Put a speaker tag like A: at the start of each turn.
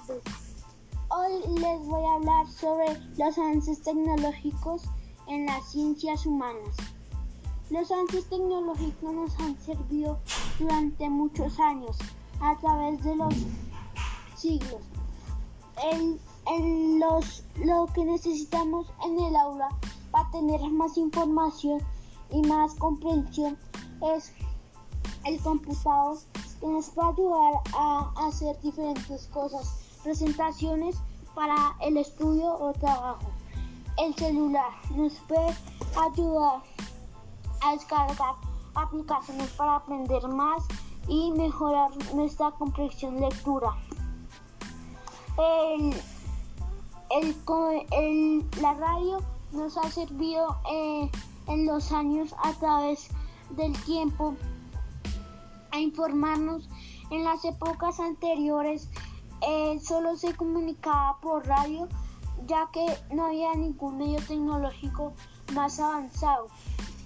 A: tardes. Hoy les voy a hablar sobre los avances tecnológicos en las ciencias humanas. Los avances tecnológicos nos han servido durante muchos años, a través de los siglos. Lo que necesitamos en el aula para tener más información y más comprensión es el computador, que nos puede ayudar a hacer diferentes cosas, presentaciones para el estudio o trabajo. El celular nos puede ayudar a descargar aplicaciones para aprender más y mejorar nuestra comprensión lectura. La radio nos ha servido en los años a través del tiempo a informarnos. En las épocas anteriores solo se comunicaba por radio, ya que no había ningún medio tecnológico más avanzado.